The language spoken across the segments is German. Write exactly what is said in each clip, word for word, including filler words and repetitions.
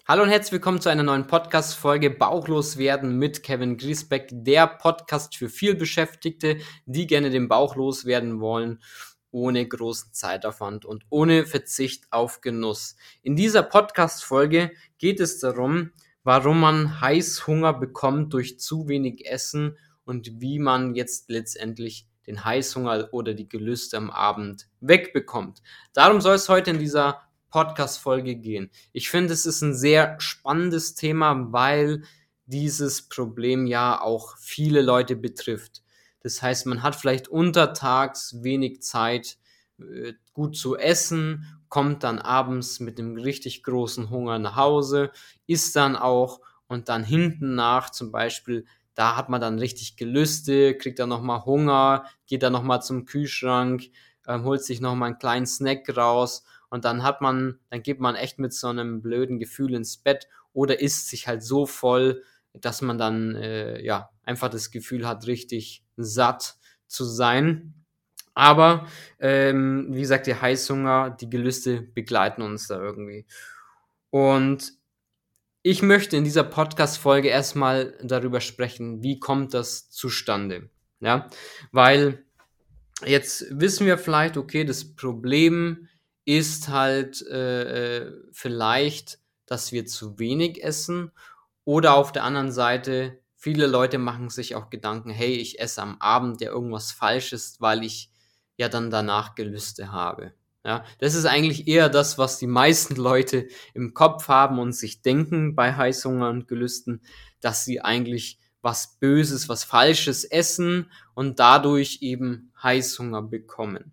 Hallo und herzlich willkommen zu einer neuen Podcast-Folge Bauchlos werden mit Kevin Griesbeck, der Podcast für vielbeschäftigte, die gerne den Bauch loswerden wollen, ohne großen Zeitaufwand und ohne Verzicht auf Genuss. In dieser Podcast-Folge geht es darum, warum man Heißhunger bekommt durch zu wenig Essen und wie man jetzt letztendlich den Heißhunger oder die Gelüste am Abend wegbekommt. Darum soll es heute in dieser Podcast-Folge gehen. Ich finde, es ist ein sehr spannendes Thema, weil dieses Problem ja auch viele Leute betrifft. Das heißt, man hat vielleicht untertags wenig Zeit, äh, gut zu essen, kommt dann abends mit einem richtig großen Hunger nach Hause, isst dann auch und dann hinten nach zum Beispiel, da hat man dann richtig Gelüste, kriegt dann nochmal Hunger, geht dann nochmal zum Kühlschrank, ähm, holt sich nochmal einen kleinen Snack raus und dann hat man, dann geht man echt mit so einem blöden Gefühl ins Bett oder isst sich halt so voll, dass man dann äh, ja einfach das Gefühl hat, richtig satt zu sein. Aber ähm, wie gesagt, der Heißhunger, die Gelüste begleiten uns da irgendwie. Und ich möchte in dieser Podcast-Folge erstmal darüber sprechen, wie kommt das zustande? Ja, weil jetzt wissen wir vielleicht, okay, das Problem ist halt äh, äh, vielleicht, dass wir zu wenig essen oder auf der anderen Seite, viele Leute machen sich auch Gedanken, hey, ich esse am Abend ja irgendwas Falsches, weil ich ja dann danach Gelüste habe. Ja, das ist eigentlich eher das, was die meisten Leute im Kopf haben und sich denken bei Heißhunger und Gelüsten, dass sie eigentlich was Böses, was Falsches essen und dadurch eben Heißhunger bekommen.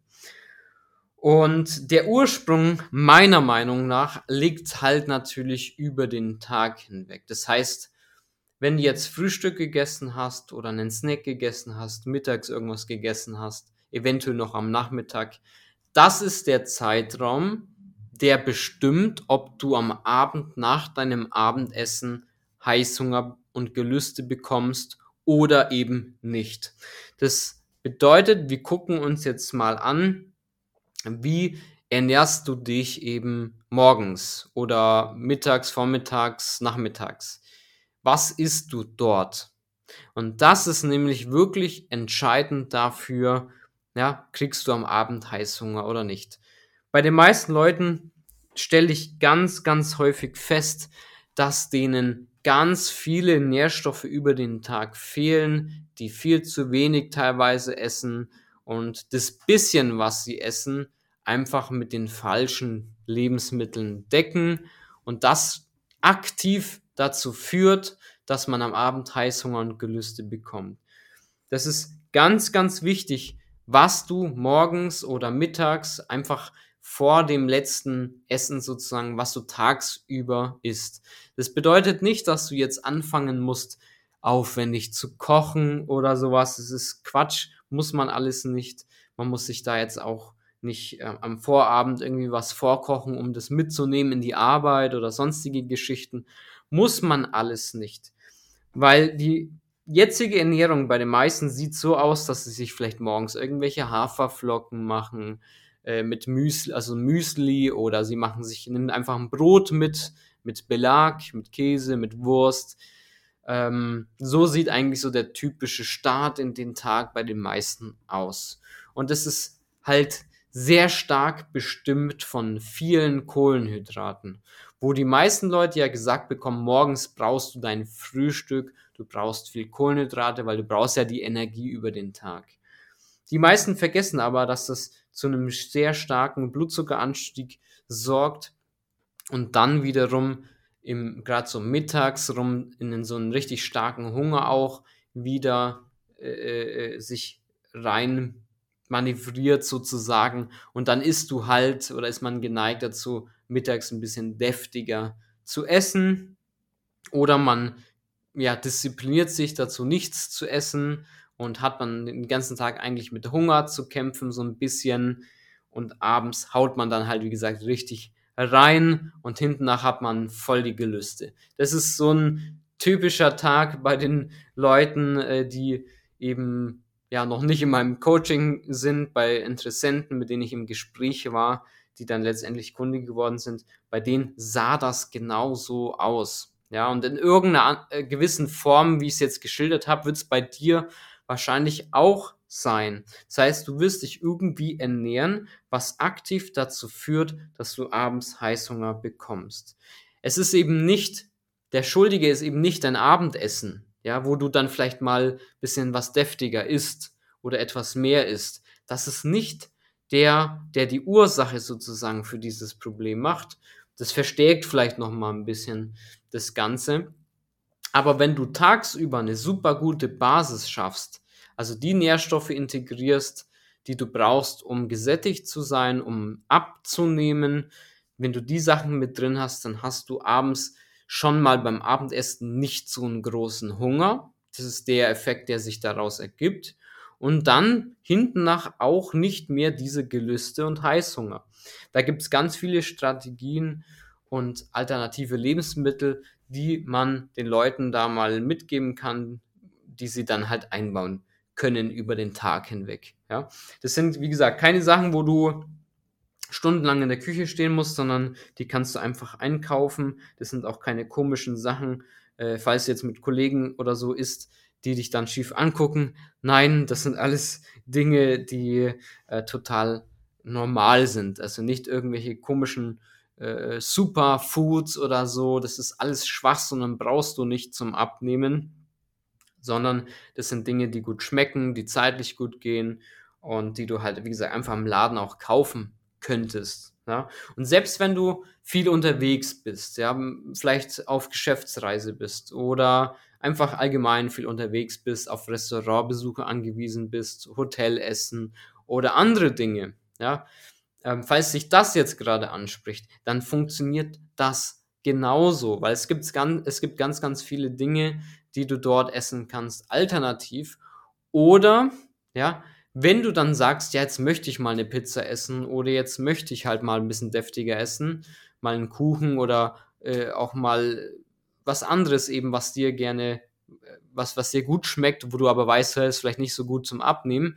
Und der Ursprung meiner Meinung nach liegt halt natürlich über den Tag hinweg. Das heißt, wenn du jetzt Frühstück gegessen hast oder einen Snack gegessen hast, mittags irgendwas gegessen hast, eventuell noch am Nachmittag, das ist der Zeitraum, der bestimmt, ob du am Abend nach deinem Abendessen Heißhunger und Gelüste bekommst oder eben nicht. Das bedeutet, wir gucken uns jetzt mal an, wie ernährst du dich eben morgens oder mittags, vormittags, nachmittags? Was isst du dort? Und das ist nämlich wirklich entscheidend dafür, ja, kriegst du am Abend Heißhunger oder nicht. Bei den meisten Leuten stelle ich ganz, ganz häufig fest, dass denen ganz viele Nährstoffe über den Tag fehlen, die viel zu wenig teilweise essen und das bisschen, was sie essen, einfach mit den falschen Lebensmitteln decken und das aktiv dazu führt, dass man am Abend Heißhunger und Gelüste bekommt. Das ist ganz, ganz wichtig, was du morgens oder mittags einfach vor dem letzten Essen sozusagen, was du tagsüber isst. Das bedeutet nicht, dass du jetzt anfangen musst, aufwendig zu kochen oder sowas. Das ist Quatsch, muss man alles nicht. Man muss sich da jetzt auch nicht äh, am Vorabend irgendwie was vorkochen, um das mitzunehmen in die Arbeit oder sonstige Geschichten. Muss man alles nicht. Weil die jetzige Ernährung bei den meisten sieht so aus, dass sie sich vielleicht morgens irgendwelche Haferflocken machen, äh, mit Müsli, also Müsli, oder sie machen sich, nehmen einfach ein Brot mit, mit Belag, mit Käse, mit Wurst. Ähm, so sieht eigentlich so der typische Start in den Tag bei den meisten aus. Und das ist halt sehr stark bestimmt von vielen Kohlenhydraten, wo die meisten Leute ja gesagt bekommen, morgens brauchst du dein Frühstück, du brauchst viel Kohlenhydrate, weil du brauchst ja die Energie über den Tag. Die meisten vergessen aber, dass das zu einem sehr starken Blutzuckeranstieg sorgt und dann wiederum im gerade so mittags rum in so einen richtig starken Hunger auch wieder äh, äh, sich rein manövriert sozusagen und dann isst du halt oder ist man geneigt dazu, mittags ein bisschen deftiger zu essen oder man ja, diszipliniert sich dazu, nichts zu essen und hat man den ganzen Tag eigentlich mit Hunger zu kämpfen, so ein bisschen. Und abends haut man dann halt, wie gesagt, richtig rein und hinten nach hat man voll die Gelüste. Das ist so ein typischer Tag bei den Leuten, äh, die eben ja noch nicht in meinem Coaching sind, bei Interessenten, mit denen ich im Gespräch war, die dann letztendlich Kunde geworden sind, bei denen sah das genauso aus. Ja, und in irgendeiner äh, gewissen Form, wie ich es jetzt geschildert habe, wird es bei dir wahrscheinlich auch sein. Das heißt, du wirst dich irgendwie ernähren, was aktiv dazu führt, dass du abends Heißhunger bekommst. Es ist eben nicht, der Schuldige ist eben nicht dein Abendessen, ja, wo du dann vielleicht mal ein bisschen was deftiger isst oder etwas mehr isst. Das ist nicht der, der die Ursache sozusagen für dieses Problem macht. Das verstärkt vielleicht noch mal ein bisschen das Ganze. Aber wenn du tagsüber eine super gute Basis schaffst, also die Nährstoffe integrierst, die du brauchst, um gesättigt zu sein, um abzunehmen, wenn du die Sachen mit drin hast, dann hast du abends schon mal beim Abendessen nicht so einen großen Hunger. Das ist der Effekt, der sich daraus ergibt. Und dann hinten nach auch nicht mehr diese Gelüste und Heißhunger. Da gibt es ganz viele Strategien und alternative Lebensmittel, die man den Leuten da mal mitgeben kann, die sie dann halt einbauen können über den Tag hinweg. Ja, das sind, wie gesagt, keine Sachen, wo du stundenlang in der Küche stehen musst, sondern die kannst du einfach einkaufen. Das sind auch keine komischen Sachen, äh, falls du jetzt mit Kollegen oder so isst, die dich dann schief angucken. Nein, das sind alles Dinge, die äh, total normal sind. Also nicht irgendwelche komischen äh, Superfoods oder so. Das ist alles Schwachsinn und brauchst du nicht zum Abnehmen, sondern das sind Dinge, die gut schmecken, die zeitlich gut gehen und die du halt, wie gesagt, einfach im Laden auch kaufen könntest. Ja? Und selbst wenn du viel unterwegs bist, ja, vielleicht auf Geschäftsreise bist oder einfach allgemein viel unterwegs bist, auf Restaurantbesuche angewiesen bist, Hotelessen oder andere Dinge, ja, ähm, falls sich das jetzt gerade anspricht, dann funktioniert das genauso, weil es gibt ganz, es gibt ganz, ganz viele Dinge, die du dort essen kannst, alternativ. Oder, ja, wenn du dann sagst, ja, jetzt möchte ich mal eine Pizza essen oder jetzt möchte ich halt mal ein bisschen deftiger essen, mal einen Kuchen oder äh, auch mal was anderes eben, was dir gerne, äh, was, was dir gut schmeckt, wo du aber weißt, es ist vielleicht nicht so gut zum Abnehmen,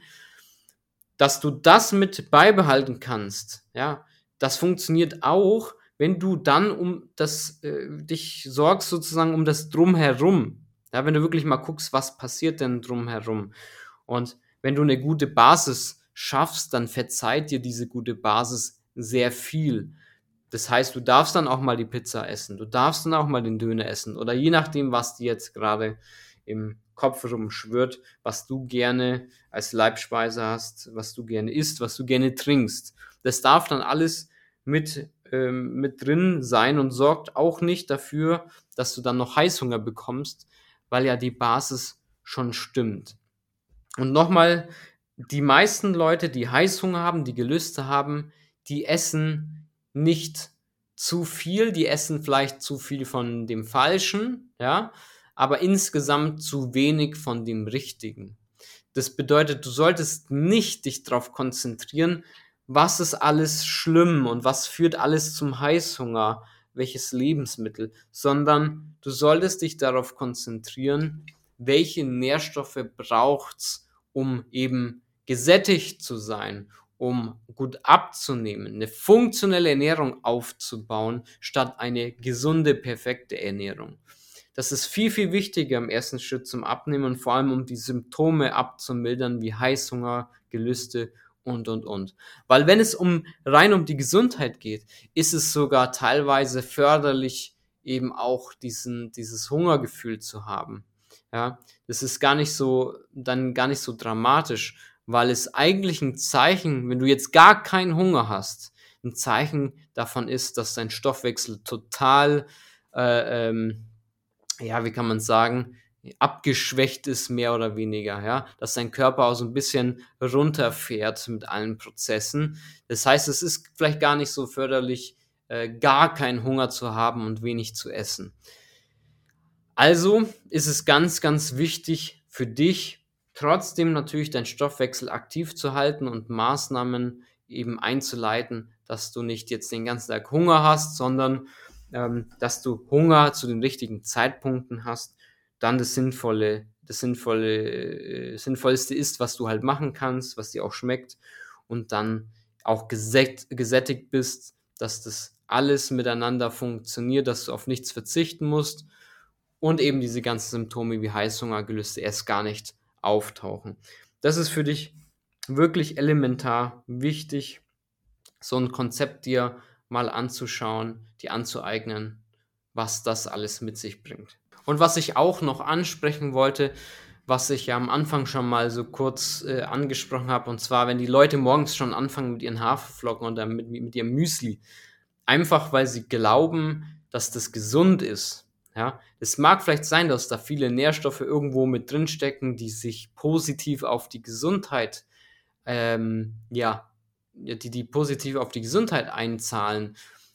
dass du das mit beibehalten kannst, ja, das funktioniert auch, wenn du dann um das, äh, dich sorgst sozusagen um das Drumherum. Ja, wenn du wirklich mal guckst, was passiert denn drumherum. Und wenn du eine gute Basis schaffst, dann verzeiht dir diese gute Basis sehr viel. Das heißt, du darfst dann auch mal die Pizza essen, du darfst dann auch mal den Döner essen oder je nachdem, was dir jetzt gerade im Kopf rumschwirrt, was du gerne als Leibspeise hast, was du gerne isst, was du gerne trinkst. Das darf dann alles mit, ähm, mit drin sein und sorgt auch nicht dafür, dass du dann noch Heißhunger bekommst, weil ja die Basis schon stimmt. Und nochmal, die meisten Leute, die Heißhunger haben, die Gelüste haben, die essen nicht zu viel, die essen vielleicht zu viel von dem Falschen, ja, aber insgesamt zu wenig von dem Richtigen. Das bedeutet, du solltest nicht dich darauf konzentrieren, was ist alles schlimm und was führt alles zum Heißhunger, welches Lebensmittel, sondern du solltest dich darauf konzentrieren, welche Nährstoffe braucht's, um eben gesättigt zu sein, um gut abzunehmen, eine funktionelle Ernährung aufzubauen, statt eine gesunde, perfekte Ernährung. Das ist viel, viel wichtiger im ersten Schritt zum Abnehmen und vor allem, um die Symptome abzumildern, wie Heißhunger, Gelüste und, und, und. Weil wenn es um rein um die Gesundheit geht, ist es sogar teilweise förderlich, eben auch diesen, dieses Hungergefühl zu haben. Ja, das ist gar nicht so, dann gar nicht so dramatisch, weil es eigentlich ein Zeichen, wenn du jetzt gar keinen Hunger hast, ein Zeichen davon ist, dass dein Stoffwechsel total, äh, ähm, ja, wie kann man sagen, abgeschwächt ist, mehr oder weniger, ja, dass dein Körper auch so ein bisschen runterfährt mit allen Prozessen. Das heißt, es ist vielleicht gar nicht so förderlich, äh, gar keinen Hunger zu haben und wenig zu essen. Also ist es ganz, ganz wichtig für dich, trotzdem natürlich deinen Stoffwechsel aktiv zu halten und Maßnahmen eben einzuleiten, dass du nicht jetzt den ganzen Tag Hunger hast, sondern ähm, dass du Hunger zu den richtigen Zeitpunkten hast, dann das sinnvolle, das sinnvolle, äh, sinnvollste ist, was du halt machen kannst, was dir auch schmeckt und dann auch gesät- gesättigt bist, dass das alles miteinander funktioniert, dass du auf nichts verzichten musst und eben diese ganzen Symptome wie Heißhunger, Gelüste erst gar nicht auftauchen. Das ist für dich wirklich elementar wichtig, so ein Konzept dir mal anzuschauen, dir anzueignen, was das alles mit sich bringt. Und was ich auch noch ansprechen wollte, was ich ja am Anfang schon mal so kurz äh, angesprochen habe, und zwar, wenn die Leute morgens schon anfangen mit ihren Haferflocken oder mit, mit ihrem Müsli, einfach weil sie glauben, dass das gesund ist. Ja, es mag vielleicht sein, dass da viele Nährstoffe irgendwo mit drin stecken, die sich positiv auf die Gesundheit, ähm, ja, ja, die, die positiv auf die Gesundheit einzahlen.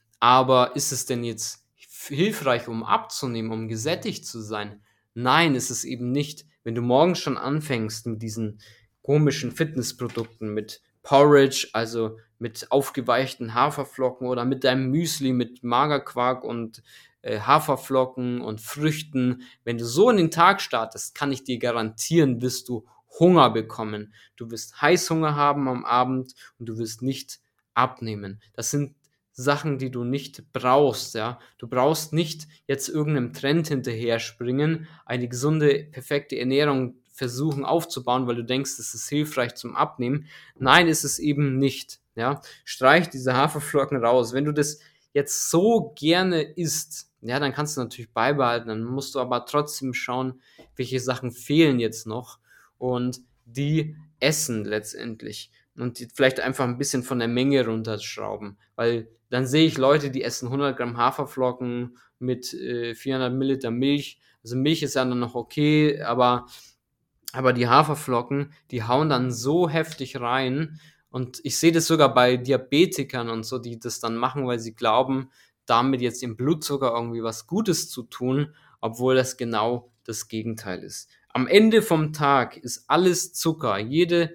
Aber ist es denn jetzt hilfreich, um abzunehmen, um gesättigt zu sein? Nein, ist es eben nicht. Wenn du morgens schon anfängst mit diesen komischen Fitnessprodukten, mit Porridge, also mit aufgeweichten Haferflocken oder mit deinem Müsli mit Magerquark und äh, Haferflocken und Früchten, wenn du so in den Tag startest, kann ich dir garantieren, wirst du Hunger bekommen. Du wirst Heißhunger haben am Abend und du wirst nicht abnehmen. Das sind Sachen, die du nicht brauchst, ja. Du brauchst nicht jetzt irgendeinem Trend hinterher springen, eine gesunde, perfekte Ernährung versuchen aufzubauen, weil du denkst, es ist hilfreich zum Abnehmen. Nein, ist es eben nicht, ja. Streich diese Haferflocken raus. Wenn du das jetzt so gerne isst, ja, dann kannst du natürlich beibehalten, dann musst du aber trotzdem schauen, welche Sachen fehlen jetzt noch und die essen letztendlich und die vielleicht einfach ein bisschen von der Menge runterschrauben, weil dann sehe ich Leute, die essen hundert Gramm Haferflocken mit äh, vierhundert Milliliter Milch. Also Milch ist ja dann noch okay, aber, aber die Haferflocken, die hauen dann so heftig rein. Und ich sehe das sogar bei Diabetikern und so, die das dann machen, weil sie glauben, damit jetzt im Blutzucker irgendwie was Gutes zu tun, obwohl das genau das Gegenteil ist. Am Ende vom Tag ist alles Zucker. Jede,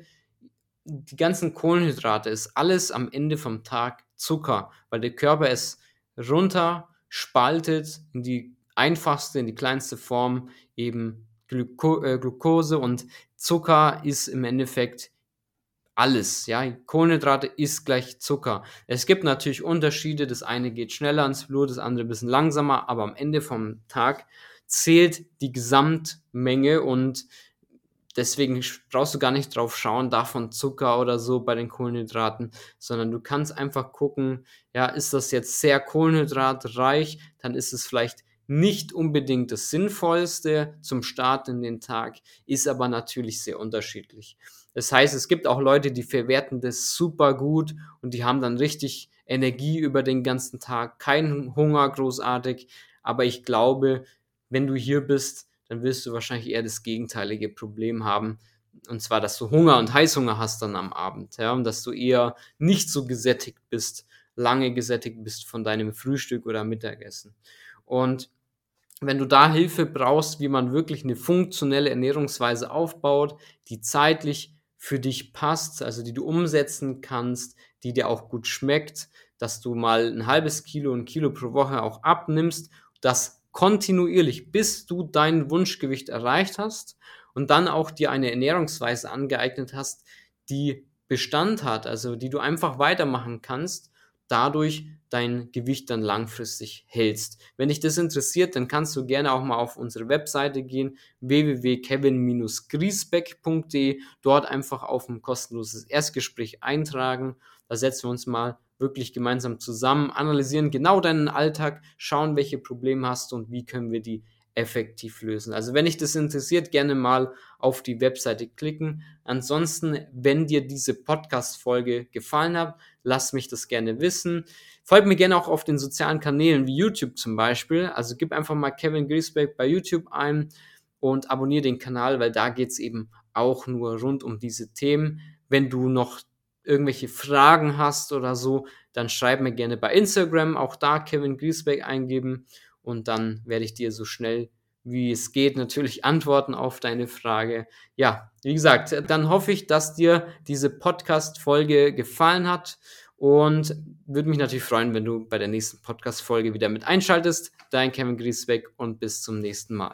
die ganzen Kohlenhydrate ist alles am Ende vom Tag Zucker, weil der Körper es runter spaltet in die einfachste, in die kleinste Form, eben Gluko äh, Glucose, und Zucker ist im Endeffekt alles, ja. Kohlenhydrate ist gleich Zucker. Es gibt natürlich Unterschiede, das eine geht schneller ins Blut, das andere ein bisschen langsamer, aber am Ende vom Tag zählt die Gesamtmenge und deswegen brauchst du gar nicht drauf schauen, davon Zucker oder so bei den Kohlenhydraten, sondern du kannst einfach gucken, ja, ist das jetzt sehr kohlenhydratreich, dann ist es vielleicht nicht unbedingt das Sinnvollste zum Start in den Tag, ist aber natürlich sehr unterschiedlich. Das heißt, es gibt auch Leute, die verwerten das super gut und die haben dann richtig Energie über den ganzen Tag, keinen Hunger großartig, aber ich glaube, wenn du hier bist, dann wirst du wahrscheinlich eher das gegenteilige Problem haben. Und zwar, dass du Hunger und Heißhunger hast dann am Abend, ja, und dass du eher nicht so gesättigt bist, lange gesättigt bist von deinem Frühstück oder Mittagessen. Und wenn du da Hilfe brauchst, wie man wirklich eine funktionelle Ernährungsweise aufbaut, die zeitlich für dich passt, also die du umsetzen kannst, die dir auch gut schmeckt, dass du mal ein halbes Kilo, ein Kilo pro Woche auch abnimmst, das kontinuierlich, bis du dein Wunschgewicht erreicht hast und dann auch dir eine Ernährungsweise angeeignet hast, die Bestand hat, also die du einfach weitermachen kannst, dadurch dein Gewicht dann langfristig hältst. Wenn dich das interessiert, dann kannst du gerne auch mal auf unsere Webseite gehen, w w w punkt kevin griesbeck punkt de, dort einfach auf ein kostenloses Erstgespräch eintragen. Da setzen wir uns mal wirklich gemeinsam zusammen, analysieren genau deinen Alltag, schauen, welche Probleme hast du und wie können wir die effektiv lösen. Also wenn dich das interessiert, gerne mal auf die Webseite klicken. Ansonsten, wenn dir diese Podcast-Folge gefallen hat, lass mich das gerne wissen. Folgt mir gerne auch auf den sozialen Kanälen wie YouTube zum Beispiel. Also gib einfach mal Kevin Griesbeck bei YouTube ein und abonniere den Kanal, weil da geht es eben auch nur rund um diese Themen. Wenn du noch irgendwelche Fragen hast oder so, dann schreib mir gerne bei Instagram, auch da Kevin Griesbeck eingeben und dann werde ich dir so schnell wie es geht natürlich antworten auf deine Frage. Ja, wie gesagt, dann hoffe ich, dass dir diese Podcast-Folge gefallen hat und würde mich natürlich freuen, wenn du bei der nächsten Podcast-Folge wieder mit einschaltest. Dein Kevin Griesbeck und bis zum nächsten Mal.